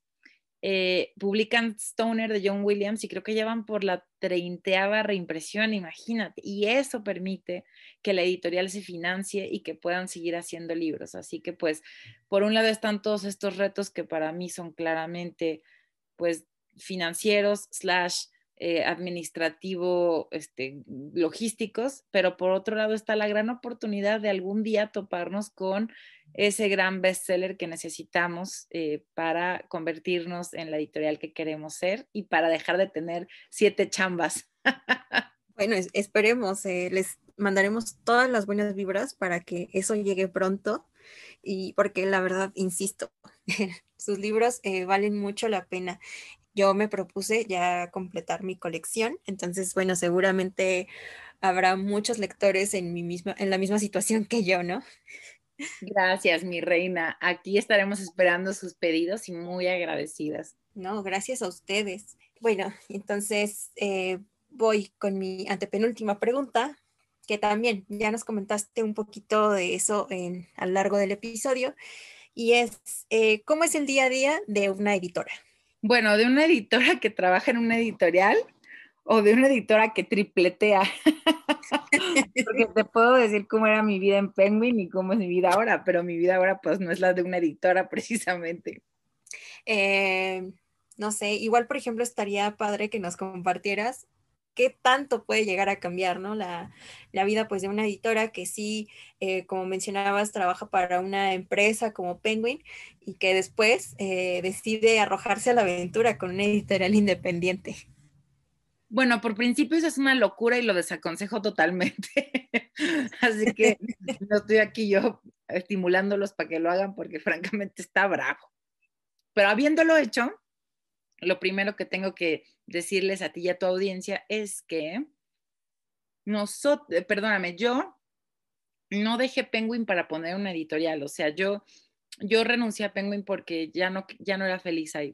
Eh, publican Stoner de John Williams y creo que llevan por la treintaava reimpresión, imagínate, y eso permite que la editorial se financie y que puedan seguir haciendo libros. Así que pues, por un lado están todos estos retos que para mí son claramente pues financieros, slash eh, administrativo, este, logísticos, pero por otro lado está la gran oportunidad de algún día toparnos con ese gran bestseller que necesitamos eh, para convertirnos en la editorial que queremos ser y para dejar de tener siete chambas. Bueno, es, esperemos, eh, les mandaremos todas las buenas vibras para que eso llegue pronto y porque la verdad, insisto, sus libros eh, valen mucho la pena. Yo me propuse ya completar mi colección, entonces, bueno, seguramente habrá muchos lectores en mi misma, en la misma situación que yo, ¿no? Gracias, mi reina. Aquí estaremos esperando sus pedidos y muy agradecidas. No, gracias a ustedes. Bueno, entonces eh, voy con mi antepenúltima pregunta, que también ya nos comentaste un poquito de eso en, a lo largo del episodio, y es, eh, ¿cómo es el día a día de una editora? Bueno, de una editora que trabaja en una editorial o de una editora que tripletea. Porque te puedo decir cómo era mi vida en Penguin y cómo es mi vida ahora, pero mi vida ahora pues no es la de una editora precisamente. Eh, no sé, igual por ejemplo estaría padre que nos compartieras qué tanto puede llegar a cambiar, ¿no? La, la vida pues de una editora que sí, eh, como mencionabas, trabaja para una empresa como Penguin y que después eh, decide arrojarse a la aventura con una editorial independiente. Bueno, por principio eso es una locura y lo desaconsejo totalmente. Así que no estoy aquí yo estimulándolos para que lo hagan porque francamente está bravo. Pero habiéndolo hecho, lo primero que tengo que decirles a ti y a tu audiencia es que nosotros, perdóname, yo no dejé Penguin para poner una editorial, o sea, yo, yo renuncié a Penguin porque ya no, ya no era feliz ahí.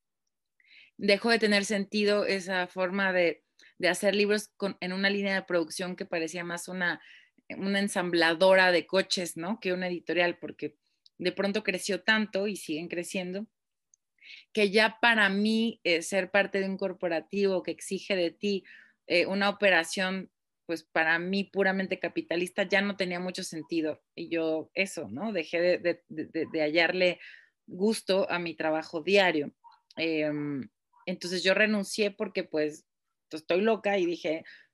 Dejó de tener sentido esa forma de, de hacer libros con, en una línea de producción que parecía más una, una ensambladora de coches, ¿no? Que una editorial, porque de pronto creció tanto y siguen creciendo, que ya para mí eh, ser parte de un corporativo que exige de ti eh, una operación, pues para mí puramente capitalista, ya no tenía mucho sentido. Y yo eso, ¿no? Dejé de, de, de, de hallarle gusto a mi trabajo diario. Eh, entonces yo renuncié porque pues estoy loca y dije,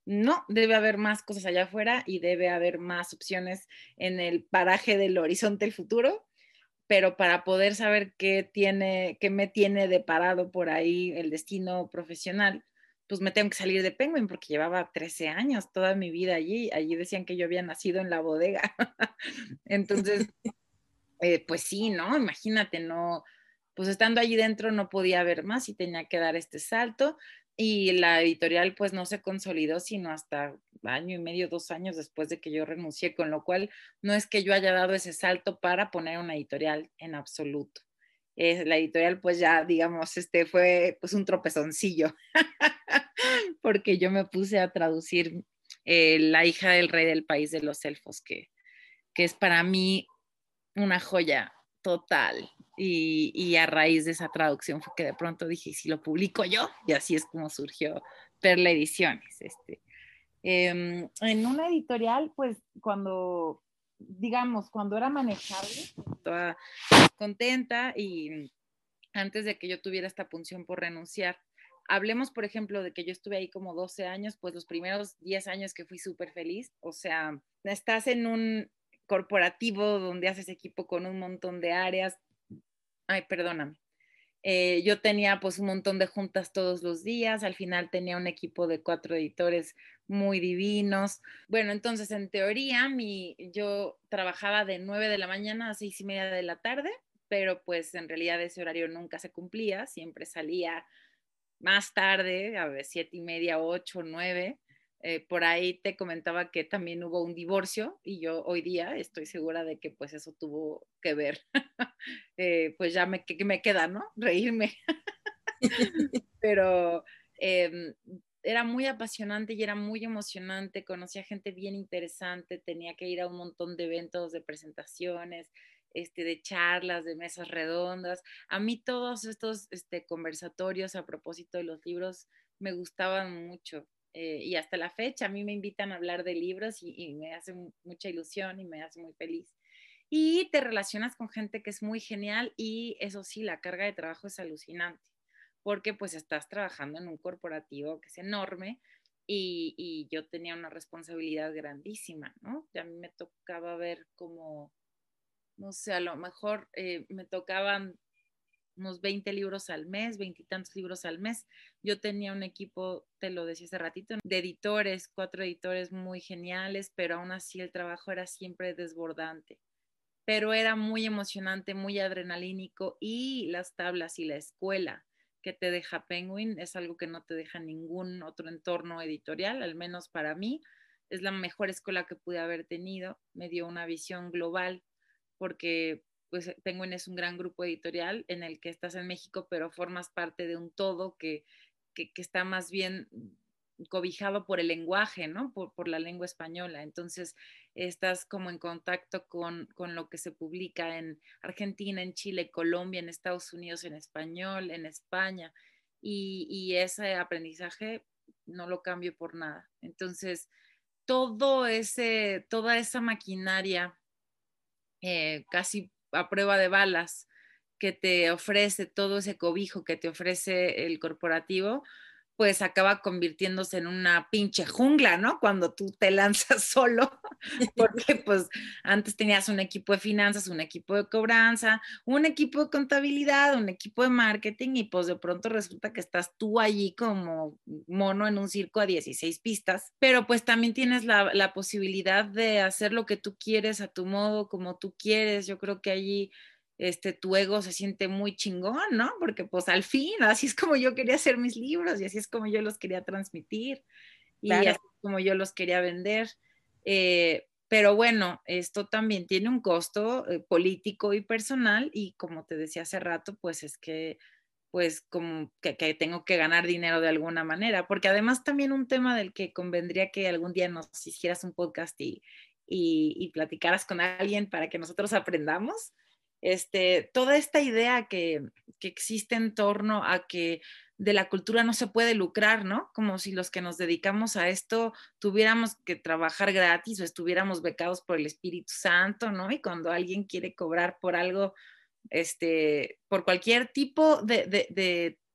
no, debe haber más cosas allá afuera y debe haber más opciones en el paraje del horizonte del futuro, pero para poder saber qué tiene, qué me tiene deparado por ahí el destino profesional, pues me tengo que salir de Penguin porque llevaba trece años, toda mi vida allí. Allí decían que yo había nacido en la bodega. Entonces, eh, pues sí, ¿no? Imagínate, no, pues estando allí dentro no podía ver más y tenía que dar este salto. Y la editorial pues no se consolidó sino hasta año y medio, dos años después de que yo renuncié, con lo cual no es que yo haya dado ese salto para poner una editorial en absoluto. Eh, la editorial pues ya, digamos, este fue pues un tropezoncillo, porque yo me puse a traducir eh, La hija del rey del país de los elfos, que, que es para mí una joya total. Y, y, a raíz de esa traducción fue que de pronto dije, si lo publico yo, y así es como surgió Perla Ediciones. Este. Eh, en una editorial, pues cuando, digamos, cuando era manejable, estaba contenta y antes de que yo tuviera esta punción por renunciar. Hablemos, por ejemplo, de que yo estuve ahí como doce años, pues los primeros diez años que fui súper feliz, o sea, estás en un corporativo donde haces equipo con un montón de áreas. Ay, perdóname. Eh, yo tenía pues un montón de juntas todos los días, al final tenía un equipo de cuatro editores muy divinos. Bueno, entonces en teoría mi, yo trabajaba de nueve de la mañana a seis y media de la tarde, pero pues en realidad ese horario nunca se cumplía, siempre salía más tarde, a ver, siete y media, ocho, nueve. Eh, por ahí te comentaba que también hubo un divorcio y yo hoy día estoy segura de que pues eso tuvo que ver. eh, pues ya me, que me queda, ¿no? Reírme. Pero eh, era muy apasionante y era muy emocionante, conocía gente bien interesante, tenía que ir a un montón de eventos, de presentaciones, este, de charlas, de mesas redondas. A mí todos estos este, conversatorios a propósito de los libros me gustaban mucho. Eh, y hasta la fecha a mí me invitan a hablar de libros y, y me hace mucha ilusión y me hace muy feliz. Y te relacionas con gente que es muy genial y eso sí, la carga de trabajo es alucinante porque pues estás trabajando en un corporativo que es enorme y, y yo tenía una responsabilidad grandísima, ¿no? Y a mí me tocaba ver como, no sé, a lo mejor eh, me tocaban unos veinte libros al mes, veintitantos libros al mes. Yo tenía un equipo, te lo decía hace ratito, de editores, cuatro editores muy geniales, pero aún así el trabajo era siempre desbordante. Pero era muy emocionante, muy adrenalínico y las tablas y la escuela que te deja Penguin es algo que no te deja ningún otro entorno editorial, al menos para mí. Es la mejor escuela que pude haber tenido, me dio una visión global porque pues Penguin es un gran grupo editorial en el que estás en México, pero formas parte de un todo que, que, que está más bien cobijado por el lenguaje, ¿no? Por, por, la lengua española. Entonces, estás como en contacto con, con lo que se publica en Argentina, en Chile, Colombia, en Estados Unidos, en español, en España. Y, y ese aprendizaje no lo cambio por nada. Entonces, todo ese, toda esa maquinaria eh, casi a prueba de balas que te ofrece, todo ese cobijo que te ofrece el corporativo, pues acaba convirtiéndose en una pinche jungla, ¿no? Cuando tú te lanzas solo, porque pues antes tenías un equipo de finanzas, un equipo de cobranza, un equipo de contabilidad, un equipo de marketing y pues de pronto resulta que estás tú allí como mono en un circo a dieciséis pistas, pero pues también tienes la, la posibilidad de hacer lo que tú quieres a tu modo, como tú quieres. Yo creo que allí este, tu ego se siente muy chingón, ¿no? Porque pues al fin, así es como yo quería hacer mis libros y así es como yo los quería transmitir y claro, así es como yo los quería vender. Eh, pero bueno, esto también tiene un costo eh, político y personal y como te decía hace rato, pues es que pues como que, que tengo que ganar dinero de alguna manera, porque además también un tema del que convendría que algún día nos hicieras un podcast y, y, y platicaras con alguien para que nosotros aprendamos. Este, toda esta idea que, que existe en torno a que de la cultura no se puede lucrar, ¿no? Como si los que nos dedicamos a esto tuviéramos que trabajar gratis o estuviéramos becados por el Espíritu Santo, ¿no? Y cuando alguien quiere cobrar por algo, este, por cualquier tipo de, de, de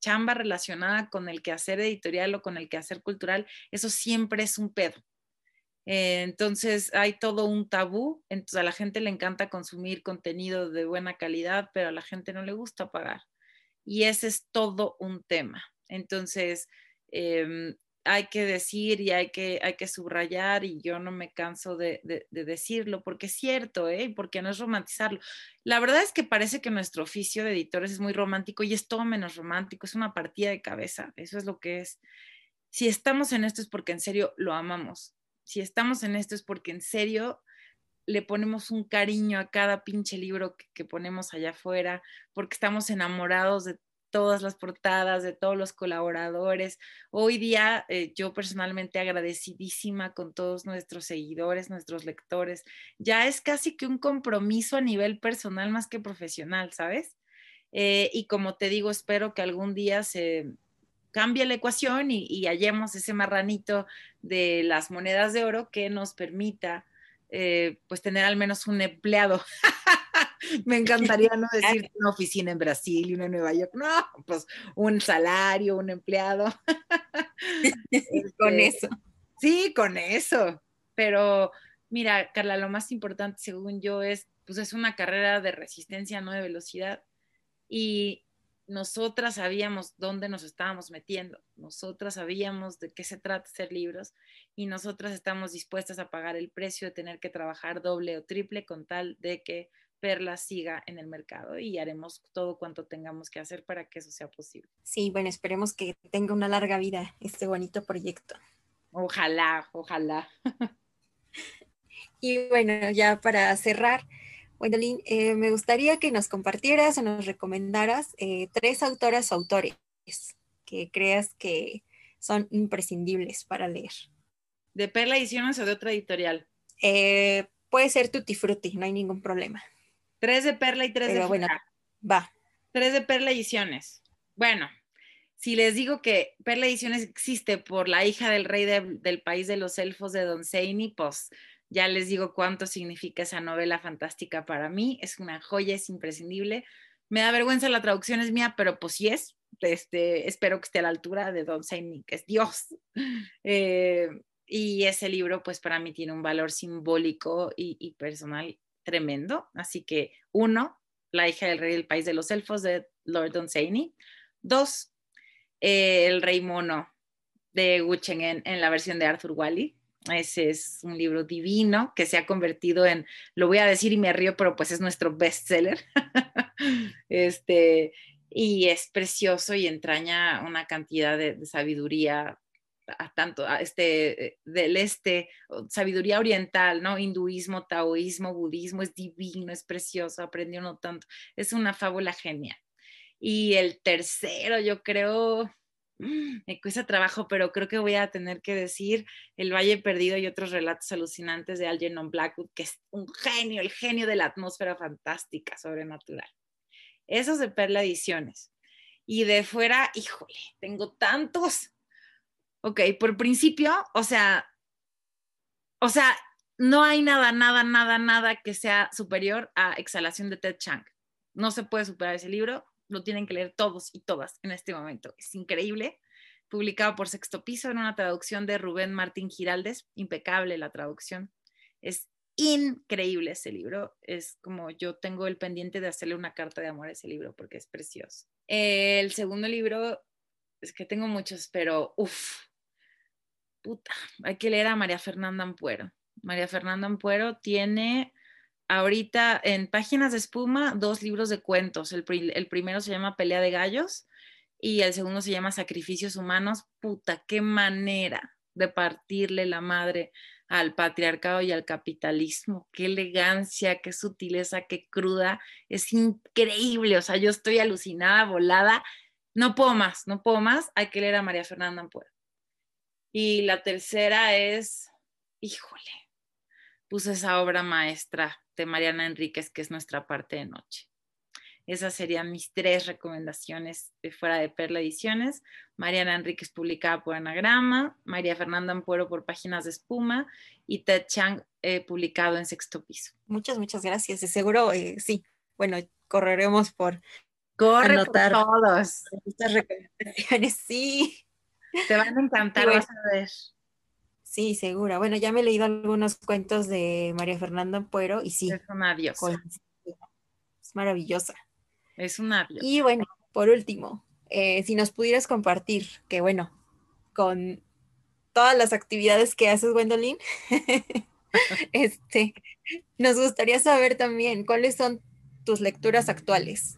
chamba relacionada con el quehacer editorial o con el quehacer cultural, eso siempre es un pedo. Eh, entonces hay todo un tabú, entonces a la gente le encanta consumir contenido de buena calidad, pero a la gente no le gusta pagar. Y ese es todo un tema. Entonces, eh, hay que decir y hay que, hay que subrayar, y yo no me canso de, de, de decirlo, porque es cierto, ¿eh? Porque no es romantizarlo. La verdad es que parece que nuestro oficio de editores es muy romántico, y es todo menos romántico, es una partida de cabeza, eso es lo que es. Si estamos en esto es porque en serio lo amamos. Si estamos en esto es porque en serio le ponemos un cariño a cada pinche libro que, que ponemos allá afuera, porque estamos enamorados de todas las portadas, de todos los colaboradores. Hoy día eh, yo personalmente agradecidísima con todos nuestros seguidores, nuestros lectores. Ya es casi que un compromiso a nivel personal más que profesional, ¿sabes? Eh, y como te digo, espero que algún día se cambie la ecuación y, y hallemos ese marranito de las monedas de oro que nos permita eh, pues tener al menos un empleado. Me encantaría no decir una oficina en Brasil y una en Nueva York, no, pues un salario, un empleado. Con Este, eso. sí, con eso. Pero mira, Carla, lo más importante según yo es, pues es una carrera de resistencia, no de velocidad. Y nosotras sabíamos dónde nos estábamos metiendo, nosotras sabíamos de qué se trata hacer libros, y nosotras estamos dispuestas a pagar el precio de tener que trabajar doble o triple con tal de que Perla siga en el mercado, y haremos todo cuanto tengamos que hacer para que eso sea posible. Sí, bueno, esperemos que tenga una larga vida este bonito proyecto. Ojalá, ojalá. Y bueno, ya para cerrar, Gwendolyn, eh, me gustaría que nos compartieras o nos recomendaras eh, tres autoras o autores que creas que son imprescindibles para leer. ¿De Perla Ediciones o de otra editorial? Eh, puede ser Tutti Frutti, no hay ningún problema. Tres de Perla y tres Pero de bueno, Fuera. va. Tres de Perla Ediciones. Bueno, si les digo que Perla Ediciones existe por la hija del rey de, del país de los elfos de Don Seini, pues ya les digo cuánto significa esa novela fantástica para mí. Es una joya, es imprescindible. Me da vergüenza, la traducción es mía, pero pues sí es. Este, espero que esté a la altura de Don Seini, que es Dios. Eh, y ese libro, pues para mí tiene un valor simbólico y, y personal tremendo. Así que, uno, La hija del rey del país de los elfos de Lord Don Seini. Dos, eh, El Rey Mono de Guchen en, en la versión de Arthur Wallis. Ese es un libro divino que se ha convertido en, lo voy a decir y me río, pero pues es nuestro bestseller. este, y es precioso y entraña una cantidad de, de sabiduría a tanto a este del este, sabiduría oriental, ¿no? Hinduismo, taoísmo, budismo, es divino, es precioso, aprendió uno tanto, es una fábula genial. Y el tercero, yo creo, me cuesta trabajo, pero creo que voy a tener que decir El Valle Perdido y otros relatos alucinantes de Algernon Blackwood, que es un genio, el genio de la atmósfera fantástica, sobrenatural. Esos de Perla Ediciones. Y de fuera, híjole, tengo tantos. Ok, por principio, o sea, o sea, no hay nada, nada, nada, nada que sea superior a Exhalación de Ted Chiang. No se puede superar ese libro, lo tienen que leer todos y todas en este momento. Es increíble. Publicado por Sexto Piso en una traducción de Rubén Martín Giraldes. Impecable la traducción. Es increíble ese libro. Es como yo tengo el pendiente de hacerle una carta de amor a ese libro porque es precioso. El segundo libro, es que tengo muchos, pero uff, puta, hay que leer a María Fernanda Ampuero. María Fernanda Ampuero tiene ahorita en Páginas de Espuma dos libros de cuentos. El, el primero se llama Pelea de Gallos y el segundo se llama Sacrificios Humanos. Puta, qué manera de partirle la madre al patriarcado y al capitalismo. Qué elegancia, qué sutileza, qué cruda. Es increíble. O sea, yo estoy alucinada, volada. No puedo más, no puedo más. Hay que leer a María Fernanda Ampuero. Y la tercera es, híjole, puse esa obra maestra de Mariana Enríquez, que es Nuestra parte de noche. Esas serían mis tres recomendaciones de Fuera de Perla Ediciones. Mariana Enríquez publicada por Anagrama, María Fernanda Ampuero por Páginas de Espuma y Ted Chiang eh, publicado en Sexto Piso. Muchas, muchas gracias. De seguro, eh, sí. Bueno, correremos por Corre por anotar todos. estas recomendaciones. Sí. Te van a encantar, bueno, vas a ver. sí, segura. Bueno, ya me he leído algunos cuentos de María Fernanda Ampuero y sí, Es una diosa. es maravillosa. Es una diosa. Y bueno, por último, eh, si nos pudieras compartir, que bueno, con todas las actividades que haces, Gwendolyn, este, nos gustaría saber también cuáles son tus lecturas actuales.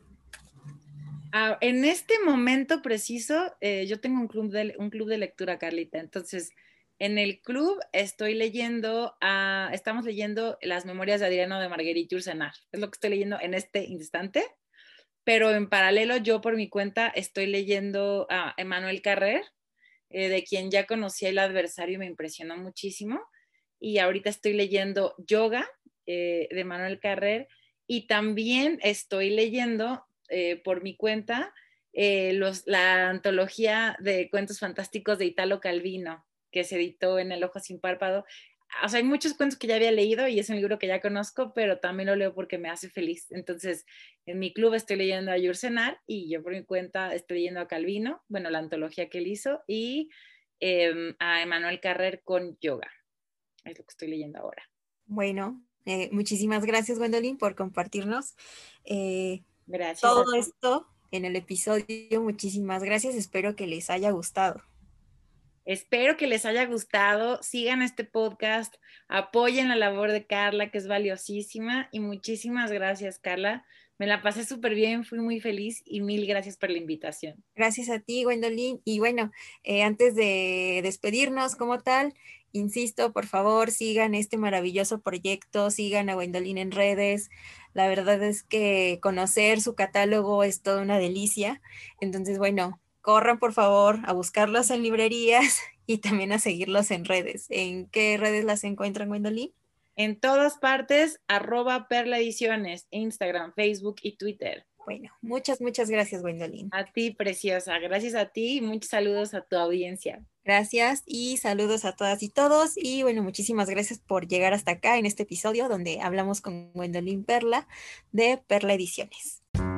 Ah, en este momento preciso, eh, yo tengo un club, de, un club de lectura, Carlita. Entonces, en el club estoy leyendo, uh, estamos leyendo Las Memorias de Adriano de Marguerite Yourcenar. Es lo que estoy leyendo en este instante. Pero en paralelo, yo por mi cuenta estoy leyendo a Emmanuel Carrer, eh, de quien ya conocí El Adversario y me impresionó muchísimo. Y ahorita estoy leyendo Yoga, eh, de Emmanuel Carrer. Y también estoy leyendo eh, por mi cuenta eh, los, la antología de cuentos fantásticos de Italo Calvino, que se editó en El Ojo Sin Párpado. O sea, hay muchos cuentos que ya había leído y es un libro que ya conozco, pero también lo leo porque me hace feliz. Entonces, en mi club estoy leyendo a Yourcenar y yo por mi cuenta estoy leyendo a Calvino, bueno, la antología que él hizo, y eh, a Emmanuel Carrer con Yoga. Es lo que estoy leyendo ahora. Bueno, eh, muchísimas gracias, Gwendolyn, por compartirnos eh, Gracias. todo esto en el episodio. Muchísimas gracias. Espero que les haya gustado. Espero que les haya gustado. Sigan este podcast, apoyen la labor de Carla, que es valiosísima. Y muchísimas gracias, Carla. Me la pasé súper bien, fui muy feliz y mil gracias por la invitación. Gracias a ti, Gwendolyn. Y bueno, eh, antes de despedirnos como tal, insisto, por favor, sigan este maravilloso proyecto, sigan a Gwendolyn en redes. La verdad es que conocer su catálogo es toda una delicia. Entonces, bueno, corran por favor a buscarlos en librerías y también a seguirlos en redes. ¿En qué redes las encuentran, Gwendolyn? En todas partes, arroba Perla Ediciones, Instagram, Facebook y Twitter. Bueno, muchas, muchas gracias, Gwendolyn. A ti, preciosa. Gracias a ti y muchos saludos a tu audiencia. Gracias y saludos a todas y todos. Y bueno, muchísimas gracias por llegar hasta acá en este episodio donde hablamos con Gwendolyn Perla de Perla Ediciones.